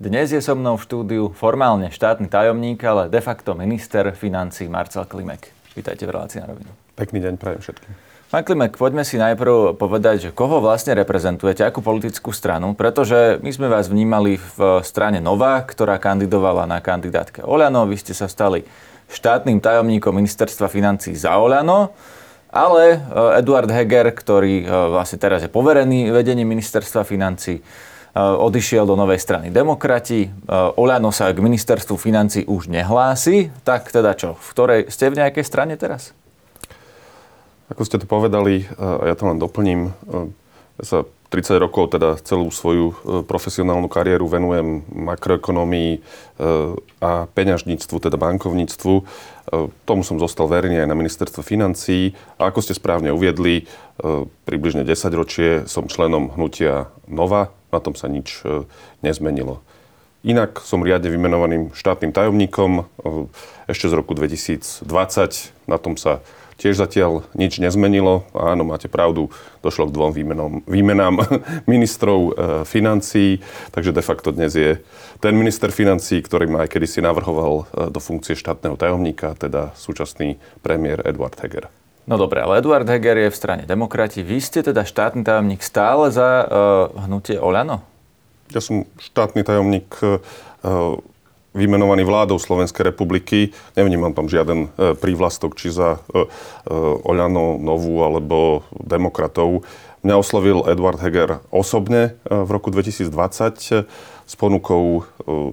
Dnes je so mnou v štúdiu formálne štátny tajomník, ale de facto minister financií Marcel Klimek. Vítajte v relácii Na rovinu. Pekný deň prajem všetkým. Pán Klimek, poďme si najprv povedať, že koho vlastne reprezentujete, akú politickú stranu, pretože my sme vás vnímali v strane Nová, ktorá kandidovala na kandidátke Oľano. Vy ste sa stali štátnym tajomníkom ministerstva financií za Oľano, ale Eduard Heger, ktorý vlastne teraz je poverený vedením ministerstva financií, odišiel do novej strany Demokrati. Oľano sa k ministerstvu financií už nehlási. Tak teda čo? V ktorej ste v nejakej strane teraz? Ako ste to povedali, ja to len doplním. Ja sa 30 rokov, teda celú svoju profesionálnu kariéru venujem makroekonomii a peňažníctvu, teda bankovníctvu. Tomu som zostal verný aj na ministerstve financií. A ako ste správne uviedli, približne 10 ročie som členom hnutia Nova. Na tom sa nič nezmenilo. Inak som riadne vymenovaným štátnym tajomníkom ešte z roku 2020. Na tom sa tiež zatiaľ nič nezmenilo. A áno, máte pravdu, došlo k 2 výmenám ministrov financií. Takže de facto dnes je ten minister financií, ktorý ma aj kedysi navrhoval do funkcie štátneho tajomníka, teda súčasný premiér Eduard Heger. No dobre, ale Eduard Heger je v strane Demokrati. Vy ste teda štátny tajomník stále za hnutie Oľano? Ja som štátny tajomník vymenovaný vládou Slovenskej republiky. Nevnímam tam žiaden prívlastok, či za Oľano, Novú alebo Demokratov. Mňa oslovil Eduard Heger osobne v roku 2020 s ponukou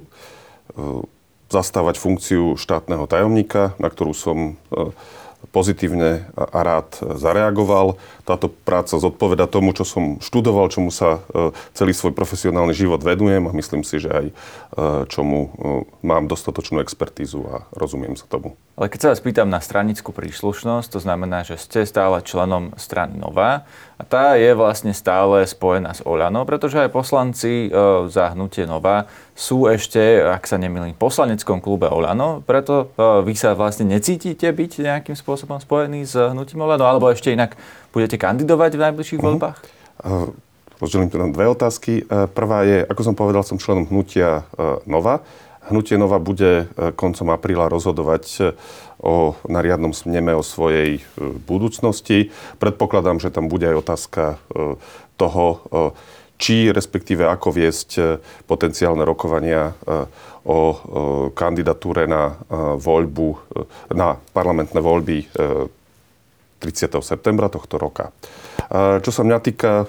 zastávať funkciu štátneho tajomníka, na ktorú som pozitívne a rád zareagoval. Táto práca zodpoveda tomu, čo som študoval, čomu sa celý svoj profesionálny život venujem a myslím si, že aj čomu mám dostatočnú expertízu a rozumiem sa tomu. Ale keď sa vás pýtam na stranickú príslušnosť, to znamená, že ste stále členom strany Nová a tá je vlastne stále spojená s Oľano, pretože aj poslanci za hnutie Nová sú ešte, ak sa nemýlim, v poslaneckom klube Oľano, preto vy sa vlastne necítite byť nejakým spôsobom spojený s hnutím Oľano, alebo ešte inak budete kandidovať v najbližších voľbách? Rozdelím to na 2 otázky. Prvá je, ako som povedal, som členom hnutia Nova. Hnutie Nova bude koncom apríla rozhodovať na riadnom sneme o svojej budúcnosti. Predpokladám, že tam bude aj otázka toho, či respektíve ako viesť potenciálne rokovania o kandidatúre na voľbu, na parlamentné voľby 30. septembra tohto roka. Čo sa mňa týka,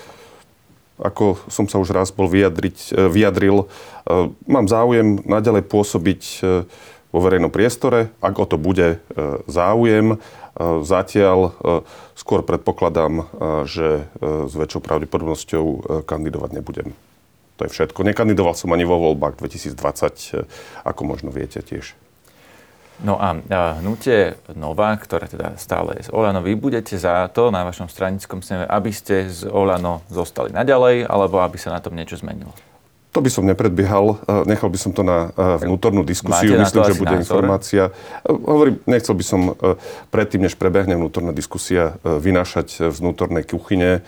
ako som sa už raz vyjadril, mám záujem naďalej pôsobiť vo verejnom priestore, ak o to bude záujem. Zatiaľ skôr predpokladám, že s väčšou pravdepodobnosťou kandidovať nebudem. To je všetko. Nekandidoval som ani vo voľbách 2020, ako možno viete tiež. No a hnutie Nová, ktoré teda stále je z Oľano, vy budete za to na vašom stranickom sneme, aby ste z Oľano zostali naďalej, alebo aby sa na tom niečo zmenilo? To by som nepredbiehal. Nechal by som to na vnútornú diskusiu. Myslím, že bude informácia. Hovorím, nechcel by som predtým, než prebehne vnútorná diskusia, vynášať z vnútornej kuchyne.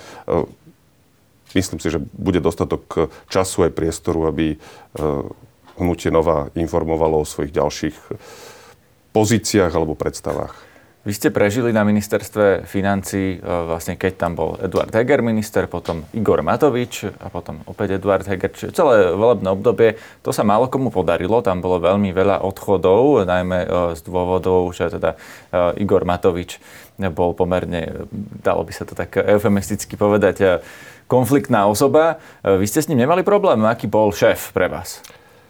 Myslím si, že bude dostatok času aj priestoru, aby hnutie Nová informovalo o svojich ďalších pozíciách alebo predstavách. Vy ste prežili na ministerstve financií, vlastne keď tam bol Eduard Heger minister, potom Igor Matovič a potom opäť Eduard Heger. Čiže celé volebné obdobie, to sa málo komu podarilo. Tam bolo veľmi veľa odchodov, najmä z dôvodov, že teda Igor Matovič bol pomerne, dalo by sa to tak eufemisticky povedať, konfliktná osoba. Vy ste s ním nemali problém? Aký bol šéf pre vás?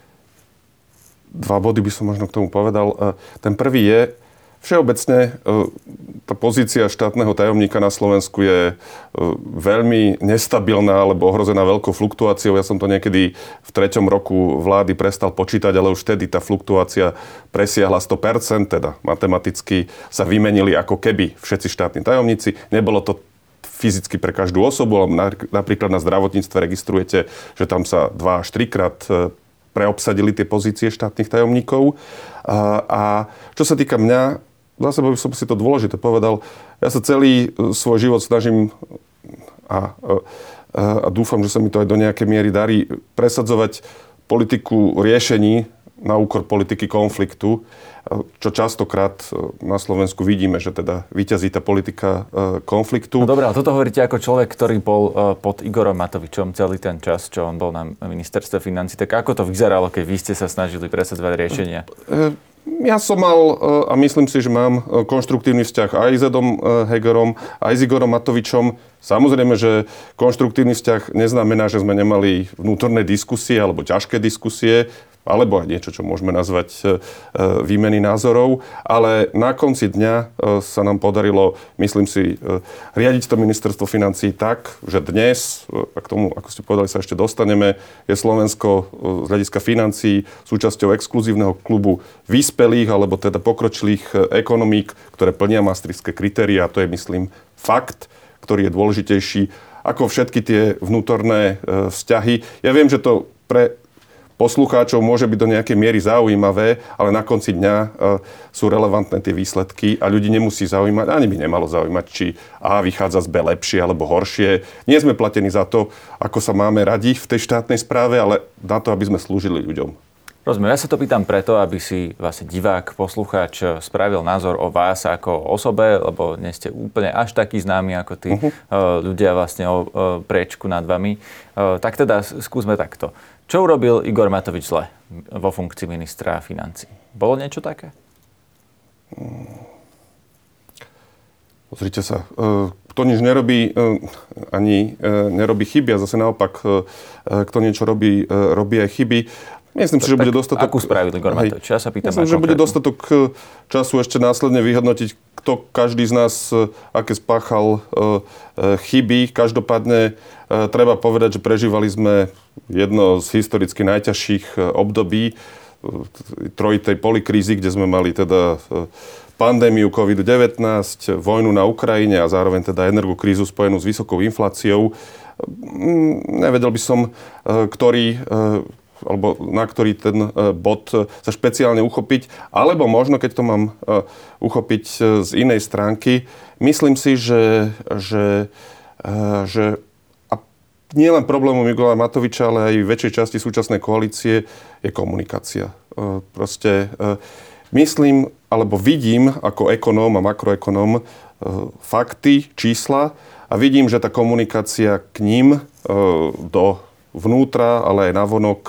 2 body by som možno k tomu povedal. Ten prvý je, všeobecne tá pozícia štátneho tajomníka na Slovensku je veľmi nestabilná alebo ohrozená veľkou fluktuáciou. Ja som to niekedy v 3. roku vlády prestal počítať, ale už vtedy tá fluktuácia presiahla 100%, teda matematicky sa vymenili ako keby všetci štátni tajomníci. Nebolo to fyzicky pre každú osobu, ale napríklad na zdravotníctve registrujete, že tam sa 2 až 3 krát preobsadili tie pozície štátnych tajomníkov. A čo sa týka mňa, za seba by som si to dôležité povedal, ja sa celý svoj život snažím a dúfam, že sa mi to aj do nejakej miery darí presadzovať politiku riešení na úkor politiky konfliktu, čo častokrát na Slovensku vidíme, že teda víťazí tá politika konfliktu. No dobré, ale toto hovoríte ako človek, ktorý bol pod Igorom Matovičom celý ten čas, čo on bol na ministerstve financií. Tak ako to vyzeralo, keď vy ste sa snažili presadzovať riešenia? Ja som mal, a myslím si, že mám konštruktívny vzťah aj s Edom Hegerom, aj s Igorom Matovičom. Samozrejme, že konštruktívny vzťah neznamená, že sme nemali vnútorné diskusie alebo ťažké diskusie, alebo aj niečo, čo môžeme nazvať výmeny názorov. Ale na konci dňa sa nám podarilo, myslím si, riadiť to ministerstvo financií tak, že dnes, a k tomu, ako ste povedali, sa ešte dostaneme, je Slovensko z hľadiska financií súčasťou exkluzívneho klubu vyspelých, alebo teda pokročilých ekonomík, ktoré plnia maastrichtské kritériá. To je, myslím, fakt, ktorý je dôležitejší ako všetky tie vnútorné vzťahy. Ja viem, že to pre poslucháčov môže byť do nejakej miery zaujímavé, ale na konci dňa sú relevantné tie výsledky a ľudí nemusí zaujímať, ani by nemalo zaujímať, či A vychádza z B lepšie alebo horšie. Nie sme platení za to, ako sa máme radi v tej štátnej správe, ale na to, aby sme slúžili ľuďom. Rozumiem, ja sa to pýtam preto, aby si vlastne divák, poslucháč spravil názor o vás ako osobe, lebo nie ste úplne až takí známi ako tí ľudia vlastne o priečku nad vami. Tak teda skúsme takto. Čo urobil Igor Matovič zle vo funkcii ministra financií? Bolo niečo také? Pozrite sa, kto nič nerobí, ani nerobí chyby a zase naopak, kto niečo robí, robí aj chyby. Myslím si, že bude dostatok... Akú spravil Igor Matovič? Ja sa pýtam. Myslím, že bude dostatok času ešte následne vyhodnotiť, kto každý z nás aké spáchal chyby. Každopádne treba povedať, že prežívali sme jedno z historicky najťažších období trojitej polikrízy, kde sme mali teda pandémiu COVID-19, vojnu na Ukrajine a zároveň teda energokrízu spojenú s vysokou infláciou. Nevedel by som, alebo na ktorý ten bod sa špeciálne uchopiť, alebo možno, keď to mám uchopiť z inej stránky, myslím si, že nie len problémom Igora Matoviča, ale aj väčšej časti súčasnej koalície je komunikácia. Proste myslím, alebo vidím ako ekonóm a makroekonóm fakty, čísla a vidím, že tá komunikácia k ním do vnútra, ale aj navonok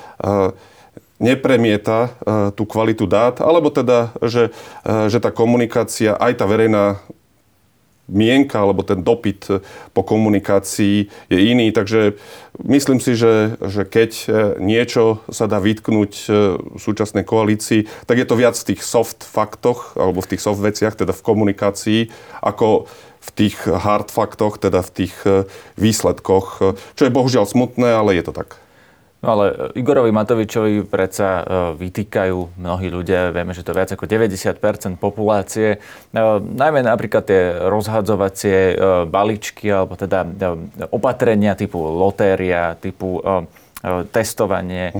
nepremieta tú kvalitu dát, alebo teda, že tá komunikácia, aj tá verejná mienka, alebo ten dopyt po komunikácii je iný. Takže myslím si, že keď niečo sa dá vytknúť súčasnej koalícii, tak je to viac v tých soft faktoch, alebo v tých soft veciach, teda v komunikácii, ako v tých hard faktoch, teda v tých výsledkoch, čo je bohužiaľ smutné, ale je to tak. No ale Igorovi Matovičovi predsa vytýkajú mnohí ľudia, vieme, že to je viac ako 90% populácie, najmä napríklad tie rozhadzovacie balíčky, alebo teda opatrenia typu lotéria, typu testovanie,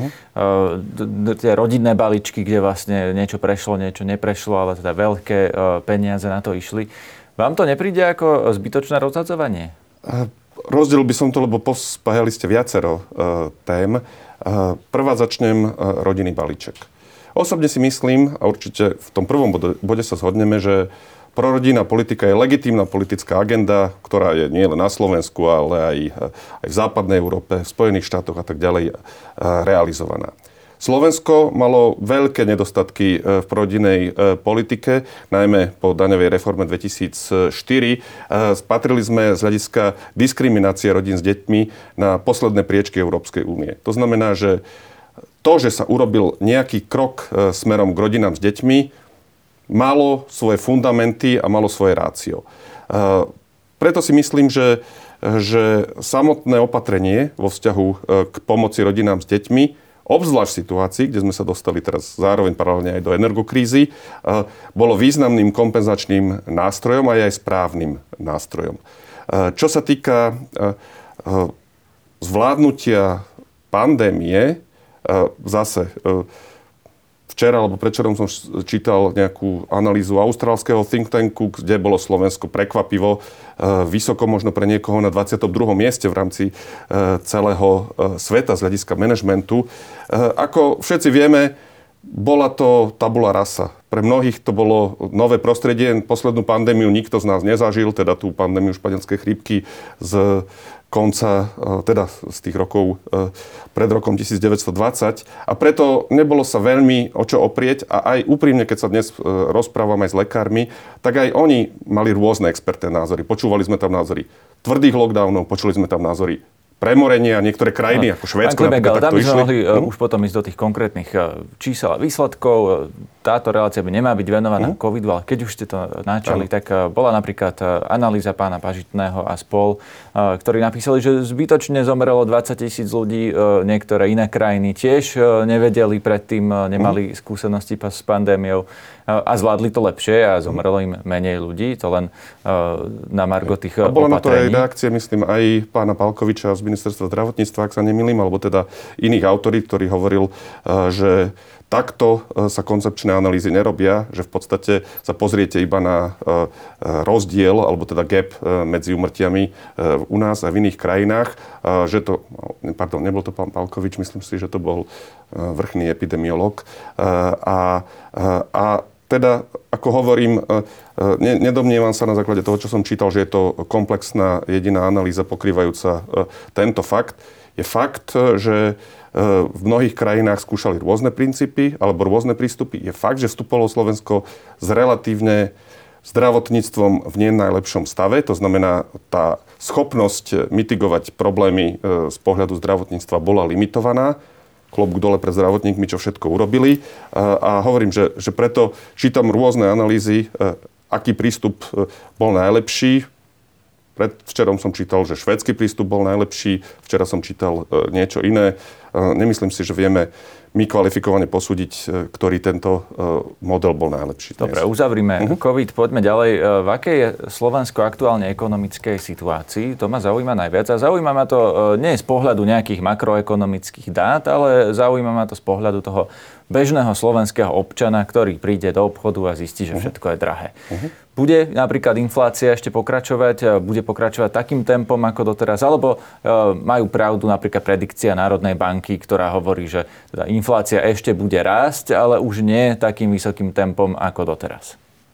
tie rodinné balíčky, kde vlastne niečo prešlo, niečo neprešlo, ale teda veľké peniaze na to išli. Vám to nepríde ako zbytočné rozhadzovanie? Rozdiel by som to, lebo pospájali ste viacero tém. Prvá začnem rodinný balíček. Osobne si myslím, a určite v tom prvom bode sa zhodneme, že prorodinná politika je legitímna politická agenda, ktorá je nie len na Slovensku, ale aj v západnej Európe, v Spojených štátoch a tak ďalej realizovaná. Slovensko malo veľké nedostatky v prorodinnej politike, najmä po daňovej reforme 2004. Patrili sme z hľadiska diskriminácie rodín s deťmi na posledné priečky Európskej únie. To znamená, že to, že sa urobil nejaký krok smerom k rodinám s deťmi, malo svoje fundamenty a malo svoje rácio. Preto si myslím, že samotné opatrenie vo vzťahu k pomoci rodinám s deťmi, obzvlášť v situácii, kde sme sa dostali teraz zároveň paralelne aj do energokrízy, bolo významným kompenzačným nástrojom a aj správnym nástrojom. Čo sa týka zvládnutia pandémie, zase Včera alebo predčerom som čítal nejakú analýzu austrálskeho think tanku, kde bolo Slovensko prekvapivo vysoko, možno pre niekoho na 22. mieste v rámci celého sveta z hľadiska manažmentu. Ako všetci vieme, bola to tabula rasa. Pre mnohých to bolo nové prostredie. Poslednú pandémiu nikto z nás nezažil, teda tú pandémiu španielskej chrípky z konca, teda z tých rokov pred rokom 1920. A preto nebolo sa veľmi o čo oprieť. A aj úprimne, keď sa dnes rozprávam aj s lekármi, tak aj oni mali rôzne expertné názory. Počúvali sme tam názory tvrdých lockdownov, počuli sme tam názory premorenia, niektoré krajiny, ako Švédsko napríklad, takto išli. Tam by sme mohli už potom ísť do tých konkrétnych čísel a výsledkov. Táto relácia by nemá byť venovaná covidu, ale keď už ste to načali, tak bola napríklad analýza pána Pažitného a spol, ktorí napísali, že zbytočne zomrelo 20 000 ľudí, niektoré iné krajiny tiež nevedeli predtým, nemali skúsenosti s pandémiou a zvládli to lepšie a zomrelo im menej ľudí, to len na margo tých opatrení. A bola na to aj reakcia, myslím, aj pána Palkoviča z ministerstva zdravotníctva, ak sa nemýlim, alebo teda iných autorít, ktorý hovoril, že takto sa koncepčné analýzy nerobia, že v podstate sa pozriete iba na rozdiel, alebo teda gap medzi úmrtiami u nás a v iných krajinách, že to, nebol to pán Palkovič, myslím si, že to bol vrchný epidemiológ. A teda, ako hovorím, nedomnievam sa na základe toho, čo som čítal, že je to komplexná jediná analýza pokrývajúca tento fakt. Je fakt, že v mnohých krajinách skúšali rôzne princípy alebo rôzne prístupy. Je fakt, že vstupovalo Slovensko s relatívne zdravotníctvom v nie najlepšom stave. To znamená, tá schopnosť mitigovať problémy z pohľadu zdravotníctva bola limitovaná. Klobúk dole pre zdravotníkmi, čo všetko urobili. A hovorím, že preto čítam rôzne analýzy, aký prístup bol najlepší. Včerom som čítal, že švédsky prístup bol najlepší, včera som čítal niečo iné. Nemyslím si, že vieme my kvalifikovane posúdiť, ktorý tento model bol najlepší. Dobre, uzavrime COVID, poďme ďalej. V akej je Slovensko aktuálne ekonomickej situácii? To ma zaujíma najviac. A zaujíma ma to nie z pohľadu nejakých makroekonomických dát, ale zaujíma ma to z pohľadu toho bežného slovenského občana, ktorý príde do obchodu a zistí, že všetko je drahé. Bude napríklad inflácia ešte pokračovať? Bude pokračovať takým tempom ako doteraz? Alebo majú pravdu napríklad predikcia Národnej banky, ktorá hovorí, že teda inflácia ešte bude rásť, ale už nie takým vysokým tempom ako doteraz?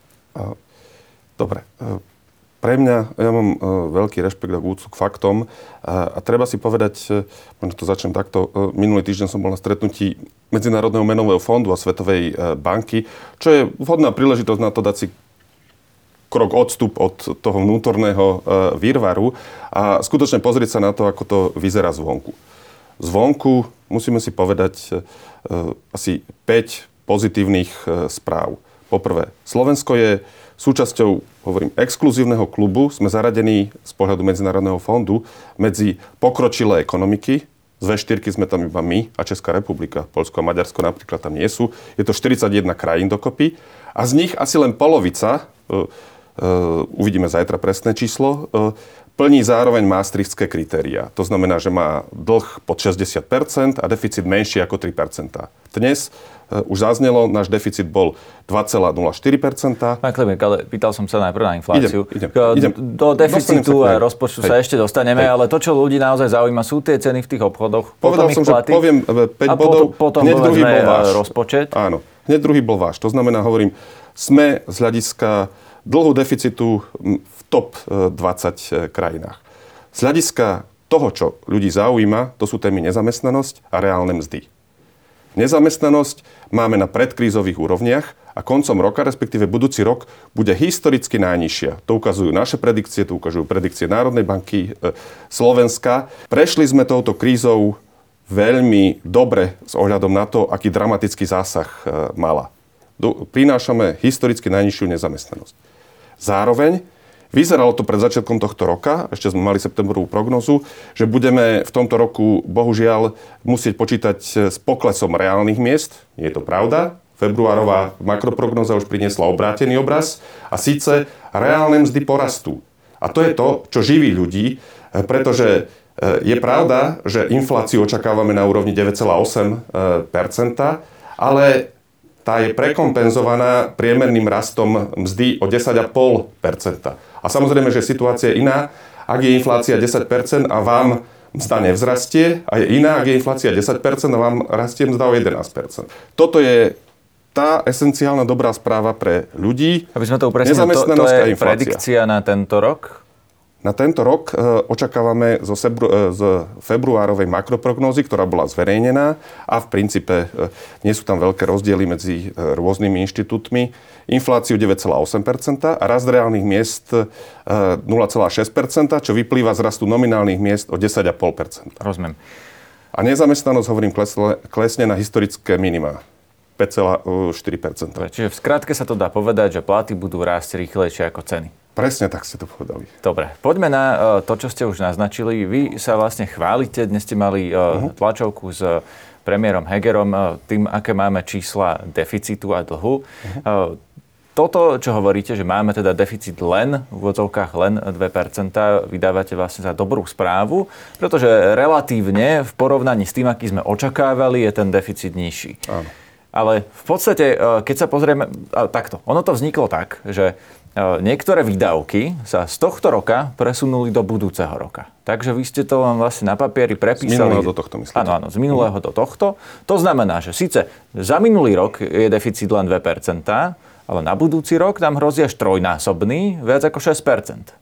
Dobre. Pre mňa, ja mám veľký rešpekt a úctu k faktom a treba si povedať, možno to začnem takto, minulý týždeň som bol na stretnutí Medzinárodného menového fondu a Svetovej banky, čo je vhodná príležitosť na to dať si krok odstup od toho vnútorného výrvaru a skutočne pozrieť sa na to, ako to vyzerá zvonku. Zvonku musíme si povedať asi 5 pozitívnych správ. Poprvé, Slovensko je súčasťou, hovorím, exkluzívneho klubu. Sme zaradení z pohľadu Medzinárodného fondu medzi pokročilé ekonomiky. Z V4 sme tam iba my a Česká republika. Poľsko a Maďarsko napríklad tam nie sú. Je to 41 krajín dokopy. A z nich asi len polovica, uvidíme zajtra presné číslo, plní zároveň maastrichtské kritériá. To znamená, že má dlh pod 60% a deficit menší ako 3%. Dnes už zaznelo, náš deficit bol 2,04%. Pán Klimík, ale pýtal som sa najprv na infláciu. Idem. Do deficitu a rozpočtu sa ešte dostaneme, ale to, čo ľudí naozaj zaujíma, sú tie ceny v tých obchodoch. Povedal som, že poviem 5 bodov, potom hneď druhý bol váš rozpočet. Áno, hneď druhý bol váš. To znamená, hovorím, sme z hľadiska dlhu deficitu v top 20 krajinách. Z hľadiska toho, čo ľudí zaujíma, to sú témy nezamestnanosť a reálne mzdy. Nezamestnanosť máme na predkrízových úrovniach a koncom roka, respektíve budúci rok, bude historicky najnižšia. To ukazujú naše predikcie, to ukazujú predikcie Národnej banky Slovenska. Prešli sme touto krízou veľmi dobre s ohľadom na to, aký dramatický zásah mala. Prinášame historicky najnižšiu nezamestnanosť. Zároveň vyzeralo to pred začiatkom tohto roka, ešte sme mali septembrovú prognozu, že budeme v tomto roku, bohužiaľ, musieť počítať s poklesom reálnych miest. Nie je to pravda. Februárová makroprognoza už priniesla obrátený obraz a síce reálne mzdy porastú. A to je to, čo živí ľudí, pretože je pravda, že infláciu očakávame na úrovni 9,8%, ale tá je prekompenzovaná priemerným rastom mzdy o 10,5%. A samozrejme, že situácia je iná, ak je inflácia 10% a vám mzda nevzrastie, a je iná, ak je inflácia 10% a vám rastie mzda o 11%. Toto je tá esenciálna dobrá správa pre ľudí. Aby sme to upresnili, to je predikcia na tento rok? Na tento rok očakávame z februárovej makroprognózy, ktorá bola zverejnená a v princípe nie sú tam veľké rozdiely medzi rôznymi inštitútmi. Infláciu 9,8% a rast reálnych miest 0,6%, čo vyplýva z rastu nominálnych miest o 10,5%. Rozumiem. A nezamestnanosť, hovorím, klesne na historické minimá. 5,4%. Čiže v skratke sa to dá povedať, že platy budú rásť rýchlejšie ako ceny. Presne tak ste to povedali. Dobre, poďme na to, čo ste už naznačili. Vy sa vlastne chválite, dnes ste mali tlačovku s premiérom Hegerom tým, aké máme čísla deficitu a dlhu. Toto, čo hovoríte, že máme teda deficit len, v úvodzovkách len 2%, vydávate vlastne za dobrú správu, pretože relatívne v porovnaní s tým, aký sme očakávali, je ten deficit nižší. Áno. Ale v podstate, keď sa pozrieme, takto, ono to vzniklo tak, že niektoré výdavky sa z tohto roka presunuli do budúceho roka. Takže vy ste to vlastne na papieri prepísali. Z minulého do tohto, myslíte? Áno, z minulého do tohto. To znamená, že síce za minulý rok je deficit len 2%, ale na budúci rok nám hrozí až trojnásobný, viac ako 6%.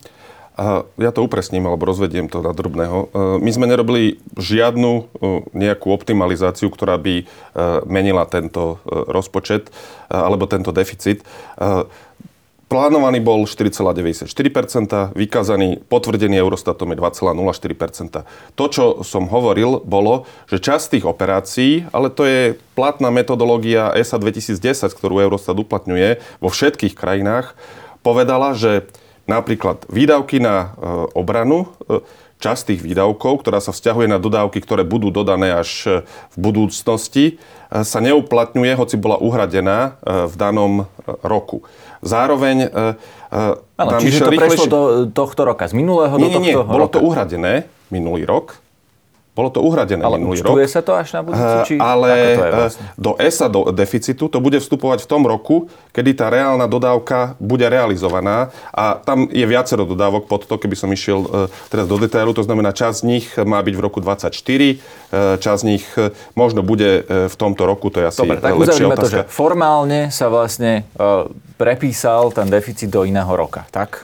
Ja to upresním, alebo rozvediem to na drobného. My sme nerobili žiadnu nejakú optimalizáciu, ktorá by menila tento rozpočet alebo tento deficit. Plánovaný bol 4,94%, vykázaný, potvrdený Eurostatom je 2,04%. To, čo som hovoril, bolo, že časť tých operácií, ale to je platná metodológia ESA 2010, ktorú Eurostat uplatňuje vo všetkých krajinách, povedala, že napríklad výdavky na obranu, časť tých výdavkov, ktorá sa vzťahuje na dodávky, ktoré budú dodané až v budúcnosti, sa neuplatňuje, hoci bola uhradená v danom roku. Zároveň... čiže to prešlo do tohto roka, z minulého do tohto roka. Bolo to uhradené minulý rok. Bolo to uhradené minulý rok. Ale sa to až na budúci? Ale ako to je vlastne? Do ESA, do deficitu, to bude vstupovať v tom roku, kedy tá reálna dodávka bude realizovaná. A tam je viacero dodávok pod to, keby som išiel teraz do detailu. To znamená, časť z nich má byť v roku 2024, časť z nich možno bude v tomto roku. To je asi lepšia otázka. Dobre, tak uzavrime to, že formálne sa vlastne prepísal ten deficit do iného roka, tak?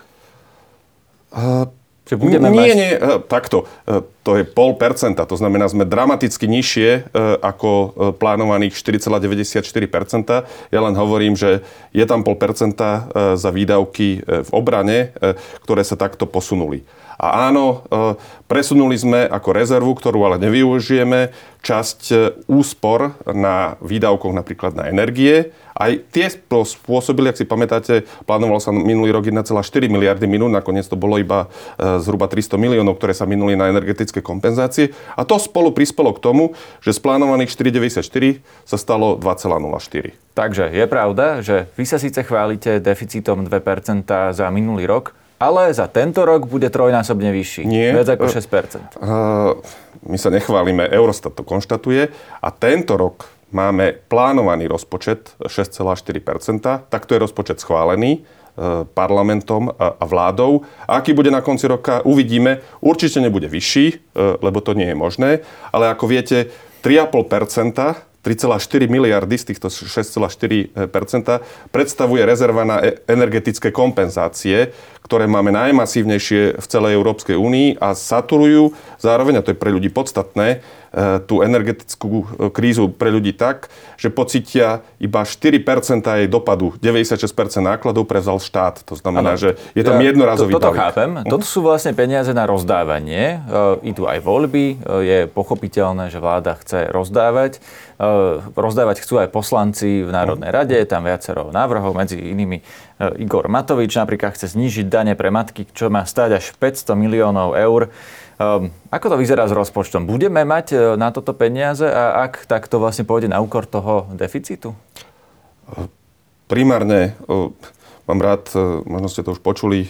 Takto. To je 0,5%. To znamená, sme dramaticky nižšie ako plánovaných 4,94%. Ja len hovorím, že je tam 0,5% za výdavky v obrane, ktoré sa takto posunuli. A áno, presunuli sme ako rezervu, ktorú ale nevyužijeme, časť úspor na výdavkoch napríklad na energie. Aj tie spôsobili, ak si pamätáte, plánovalo sa minulý rok 1,4 miliardy minút, nakoniec to bolo iba zhruba 300 miliónov, ktoré sa minuli na energetické kompenzácie. A to spolu prispelo k tomu, že z plánovaných 4,94 sa stalo 2,04. Takže je pravda, že vy sa síce chválite deficitom 2% za minulý rok, ale za tento rok bude trojnásobne vyšší. Nie. Viac ako 6%. My sa nechválime, Eurostat to konštatuje. A tento rok máme plánovaný rozpočet 6,4%. Takto je rozpočet schválený parlamentom a vládou. A aký bude na konci roka, uvidíme. Určite nebude vyšší, lebo to nie je možné. Ale ako viete, 3,5%, 3,4 miliardy z týchto 6,4% predstavuje rezerva na energetické kompenzácie, ktoré máme najmasívnejšie v celej Európskej únii a saturujú zároveň, a to je pre ľudí podstatné, tú energetickú krízu pre ľudí tak, že pocítia iba 4% jej dopadu, 96% nákladov prevzal štát. To znamená, že je tam jednorazový balík. Toto chápem. Toto sú vlastne peniaze na rozdávanie. Idú aj voľby. Je pochopiteľné, že vláda chce rozdávať. Rozdávať chcú aj poslanci v Národnej rade. Je tam viacero návrhov, medzi inými Igor Matovič napríklad chce znížiť dane pre matky, čo má stáť až 500 miliónov eur. Ako to vyzerá s rozpočtom? Budeme mať na toto peniaze a ak, tak to vlastne pôjde na úkor toho deficitu? Primárne mám rád, možno ste to už počuli,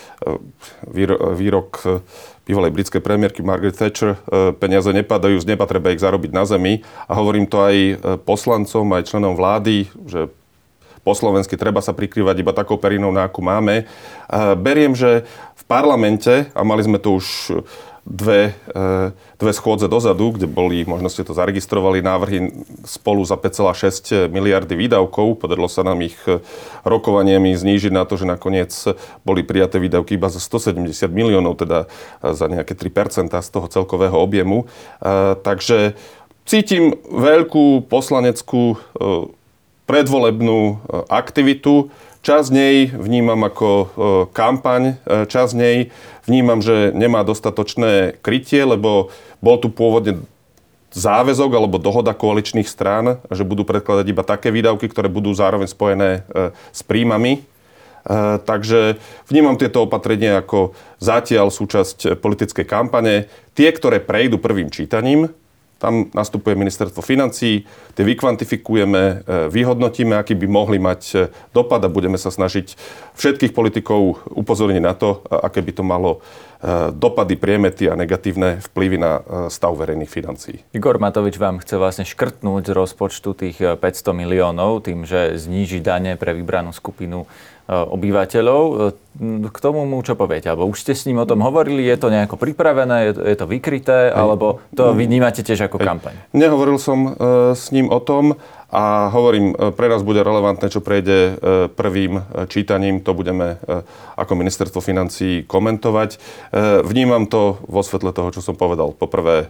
výrok bývalej britskej premiérky Margaret Thatcher, peniaze nepadajú z neba, treba ich zarobiť na zemi. A hovorím to aj poslancom, aj členom vlády, že po slovensky treba sa prikrývať iba takou perinou, na akú máme. Beriem, že v parlamente, a mali sme to už dve schôdze dozadu, kde boli, možno ste to zaregistrovali, návrhy spolu za 5,6 miliardy výdavkov. Podarilo sa nám ich rokovaniami znížiť na to, že nakoniec boli prijaté výdavky iba za 170 miliónov, teda za nejaké 3% z toho celkového objemu. Takže cítim veľkú poslaneckú predvolebnú aktivitu. Časť nej vnímam ako kampaň, časť nej vnímam, že nemá dostatočné krytie, lebo bol tu pôvodne záväzok alebo dohoda koaličných strán, že budú predkladať iba také výdavky, ktoré budú zároveň spojené s príjmami. Takže vnímam tieto opatrenia ako zatiaľ súčasť politickej kampane. Tie, ktoré prejdú prvým čítaním, tam nastupuje ministerstvo financií, tie vykvantifikujeme, vyhodnotíme, aký by mohli mať dopad a budeme sa snažiť všetkých politikov upozorniť na to, aké by to malo dopady, priemety a negatívne vplyvy na stav verejných financií. Igor Matovič vám chce vlastne škrtnúť z rozpočtu tých 500 miliónov tým, že zníži dane pre vybranú skupinu obyvateľov. K tomu mu čo poviete? Alebo už ste s ním o tom hovorili? Je to nejako pripravené? Je to vykryté? Alebo to vy vnímate tiež ako kampaň? Nehovoril som s ním o tom a hovorím, pre nás bude relevantné, čo prejde prvým čítaním. To budeme ako ministerstvo financií komentovať. Vnímam to vo svetle toho, čo som povedal. Poprvé,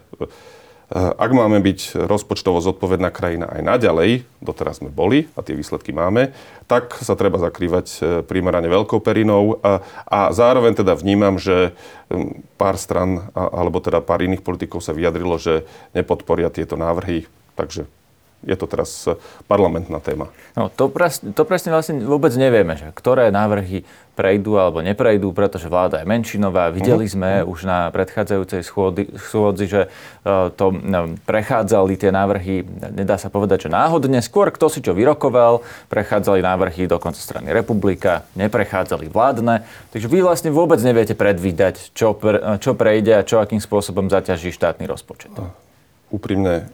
ak máme byť rozpočtovo zodpovedná krajina aj naďalej, doteraz sme boli a tie výsledky máme, tak sa treba zakrývať primerane veľkou perinou a zároveň teda vnímam, že pár stran alebo teda pár iných politikov sa vyjadrilo, že nepodporia tieto návrhy, takže je to teraz parlamentná téma. No, to presne vlastne vôbec nevieme, že ktoré návrhy prejdú alebo neprejdú, pretože vláda je menšinová. Videli sme už na predchádzajúcej schôdzi, že to prechádzali tie návrhy, nedá sa povedať, že náhodne, skôr kto si čo vyrokoval, prechádzali návrhy dokonca strany Republika, neprechádzali vládne. Takže vy vlastne vôbec neviete predvídať, čo prejde a čo akým spôsobom zaťaží štátny rozpočet. Úprimne,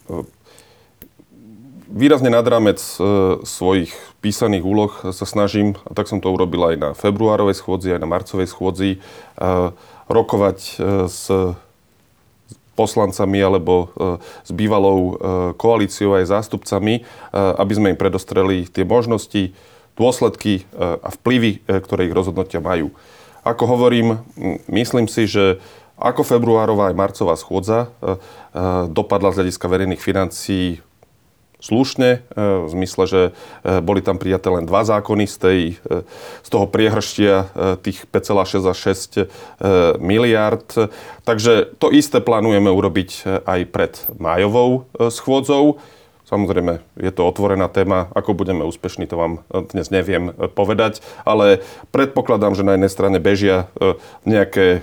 výrazne nad rámec svojich písaných úloh sa snažím, a tak som to urobil aj na februárovej schôdzi, aj na marcovej schôdzi, rokovať s poslancami alebo s bývalou koalíciou aj zástupcami, aby sme im predostreli tie možnosti, dôsledky a vplyvy, ktoré ich rozhodnutia majú. Ako hovorím, myslím si, že ako februárová aj marcová schôdza dopadla z hľadiska verejných financií slušne, v zmysle, že boli tam prijaté len 2 zákony z toho priehrštia tých 5,6 a 6 miliárd. Takže to isté plánujeme urobiť aj pred májovou schôdzou. Samozrejme, je to otvorená téma. Ako budeme úspešní, to vám dnes neviem povedať, ale predpokladám, že na jednej strane bežia nejaké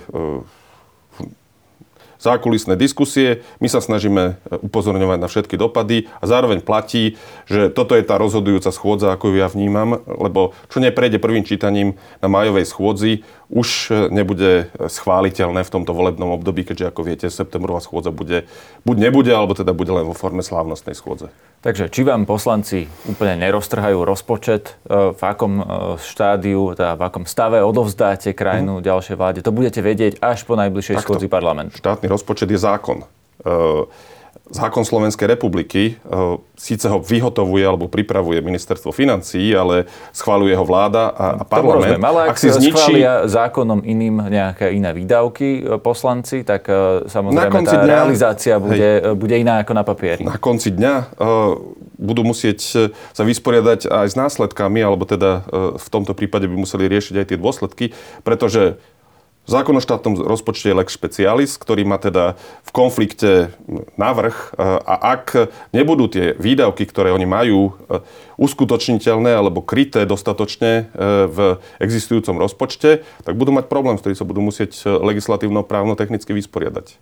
zákulisné diskusie, my sa snažíme upozorňovať na všetky dopady a zároveň platí, že toto je tá rozhodujúca schôdza, ako ju ja vnímam, lebo čo neprejde prvým čítaním na májovej schôdzi, už nebude schváliteľné v tomto volebnom období, keďže ako viete, septembrová schôdza buď nebude, alebo teda bude len vo forme slávnostnej schôdze. Takže či vám poslanci úplne neroztrhajú rozpočet, v akom štádiu, teda v akom stave odovzdáte krajinu ďalšej vláde, to budete vedieť až po najbližšej schôdzi parlamentu. Štátny rozpočet je zákon. Zákon Slovenskej republiky, síce ho vyhotovuje alebo pripravuje ministerstvo financií, ale schvaľuje ho vláda a parlament. Ale ak si schvália zákonom iným nejaké iné výdavky poslanci, tak samozrejme tá realizácia bude iná ako na papieri. Na konci dňa budú musieť sa vysporiadať aj s následkami, alebo teda v tomto prípade by museli riešiť aj tie dôsledky, pretože zákon o štátnom rozpočte je lex specialis, ktorý má teda v konflikte navrch a ak nebudú tie výdavky, ktoré oni majú, uskutočniteľné alebo kryté dostatočne v existujúcom rozpočte, tak budú mať problém, s ktorým sa budú musieť legislatívno-právno-technicky vysporiadať.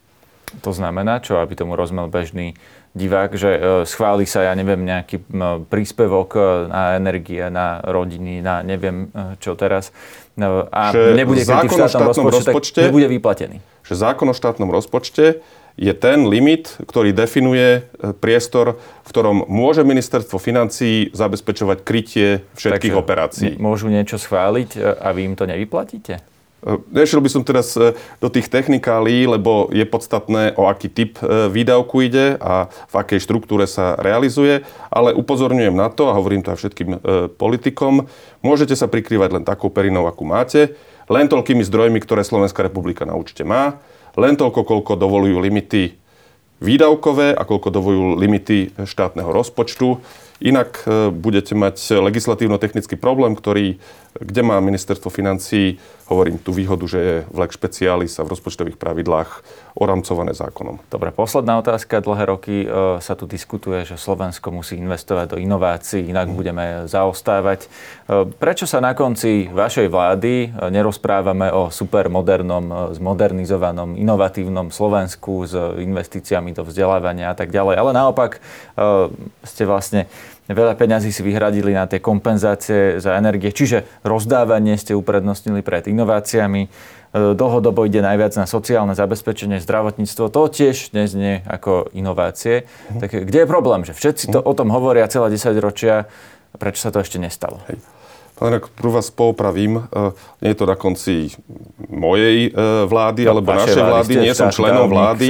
To znamená čo, aby tomu rozumel bežný divák, že schváli sa, ja neviem, nejaký príspevok na energie, na rodiny, na neviem čo teraz a nebude krytý v štátnom rozpočte, tak nebude vyplatený. Že zákon o štátnom rozpočte je ten limit, ktorý definuje priestor, v ktorom môže ministerstvo financií zabezpečovať krytie všetkých operácií. Môžu niečo schváliť a vy im to nevyplatíte? Nešiel by som teraz do tých technikálií, lebo je podstatné, o aký typ výdavku ide a v akej štruktúre sa realizuje, ale upozorňujem na to, a hovorím to aj všetkým politikom, môžete sa prikrývať len takou perinou, akú máte, len toľkými zdrojmi, ktoré Slovenská republika na účte má, len toľko, koľko dovolujú limity výdavkové a koľko dovolujú limity štátneho rozpočtu. Inak budete mať legislatívno-technický problém, kde má ministerstvo financií, hovorím tú výhodu, že je v lex specialis a v rozpočtových pravidlách oramcované zákonom. Dobre, posledná otázka. Dlhé roky sa tu diskutuje, že Slovensko musí investovať do inovácií, inak budeme zaostávať. Prečo sa na konci vašej vlády nerozprávame o supermodernom, zmodernizovanom, inovatívnom Slovensku s investíciami do vzdelávania a tak ďalej, ale naopak ste vlastne veľa peňazí si vyhradili na tie kompenzácie za energie, čiže rozdávanie ste uprednostnili pred inováciami. Dlhodobo ide najviac na sociálne zabezpečenie, zdravotníctvo. To tiež neznie ako inovácie. Tak kde je problém? Že všetci to o tom hovoria celé 10 ročia. Prečo sa to ešte nestalo? Hej. Pán Rák, prv vás poupravím. Nie je to na konci mojej vlády alebo našej vlády. Nie som členom vlády.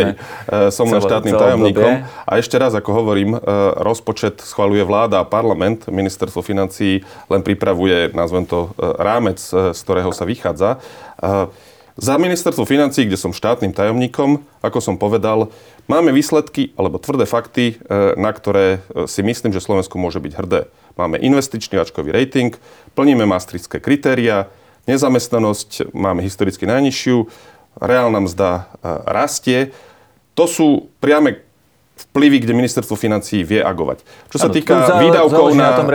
Som len štátnym tajomníkom. A ešte raz, ako hovorím, rozpočet schvaľuje vláda a parlament. Ministerstvo financií len pripravuje, nazvem to, rámec, z ktorého sa vychádza. Za ministerstvo financií, kde som štátnym tajomníkom, ako som povedal, máme výsledky alebo tvrdé fakty, na ktoré si myslím, že Slovensko môže byť hrdé. Máme investičný áčkový rating, plníme maastrichtské kritériá, nezamestnanosť máme historicky najnižšiu, reálna mzda rastie. To sú priame vplyvy, kde ministerstvo financií vie agovať. Čo sa týka výdavkov na tom,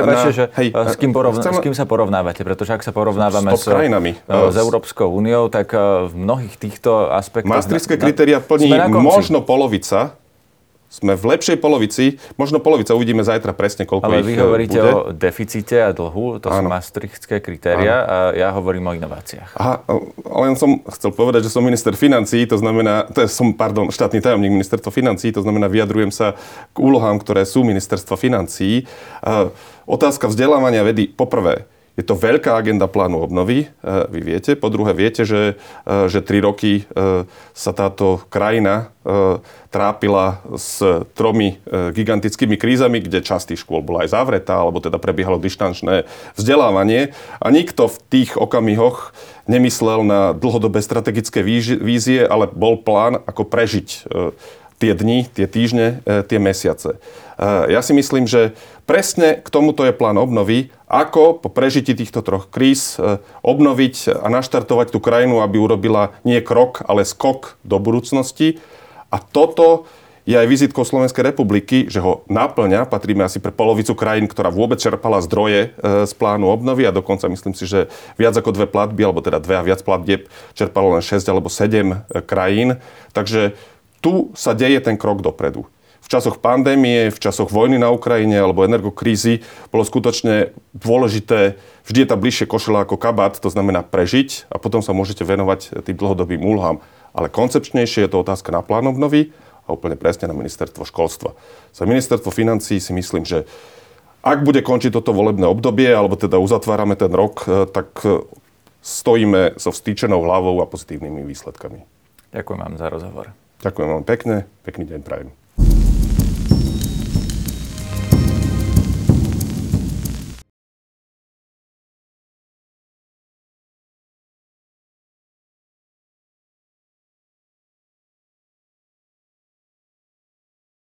s kým sa porovnávate? Pretože ak sa porovnávame s Európskou úniou, tak v mnohých týchto aspektoch... Maastrichtské kritériá plní možno polovica. Sme v lepšej polovici, možno polovica, uvidíme zajtra presne, koľko ich bude. Ale vy hovoríte o deficite a dlhu, to sú maastrichtské kritériá a ja hovorím o inováciách. Aha, len som chcel povedať, že som minister financií, štátny tajomník ministerstva financií, to znamená, vyjadrujem sa k úlohám, ktoré sú ministerstva financií. Otázka vzdelávania vedy, poprvé, je to veľká agenda plánu obnovy, vy viete. Po druhé, viete, že 3 roky sa táto krajina trápila s 3 gigantickými krízami, kde časť tých škôl bola aj zavretá, alebo teda prebiehalo dištančné vzdelávanie. A nikto v tých okamihoch nemyslel na dlhodobé strategické vízie, ale bol plán, ako prežiť tie dni, tie týždne, tie mesiace. Ja si myslím, že presne k tomuto je plán obnovy, ako po prežití týchto 3 kríz obnoviť a naštartovať tú krajinu, aby urobila nie krok, ale skok do budúcnosti. A toto je aj vizitkou Slovenskej republiky, že ho naplňa. Patríme asi pre polovicu krajín, ktorá vôbec čerpala zdroje z plánu obnovy a dokonca myslím si, že viac ako 2 platby, alebo teda 2 a viac platieb čerpalo len 6 alebo 7 krajín. Takže tu sa deje ten krok dopredu. V časoch pandémie, v časoch vojny na Ukrajine alebo energokrízy bolo skutočne dôležité, vždy je tá bližšie košela ako kabát, to znamená prežiť a potom sa môžete venovať tým dlhodobým úlohám. Ale koncepčnejšie je to otázka na plán obnovy a úplne presne na ministerstvo školstva. Za ministerstvo financií si myslím, že ak bude končiť toto volebné obdobie, alebo teda uzatvárame ten rok, tak stojíme so vstýčenou hlavou a pozitívnymi výsledkami. Ďakujem vám za rozhovor. Ďakujem vám pekne, pekný deň prajem.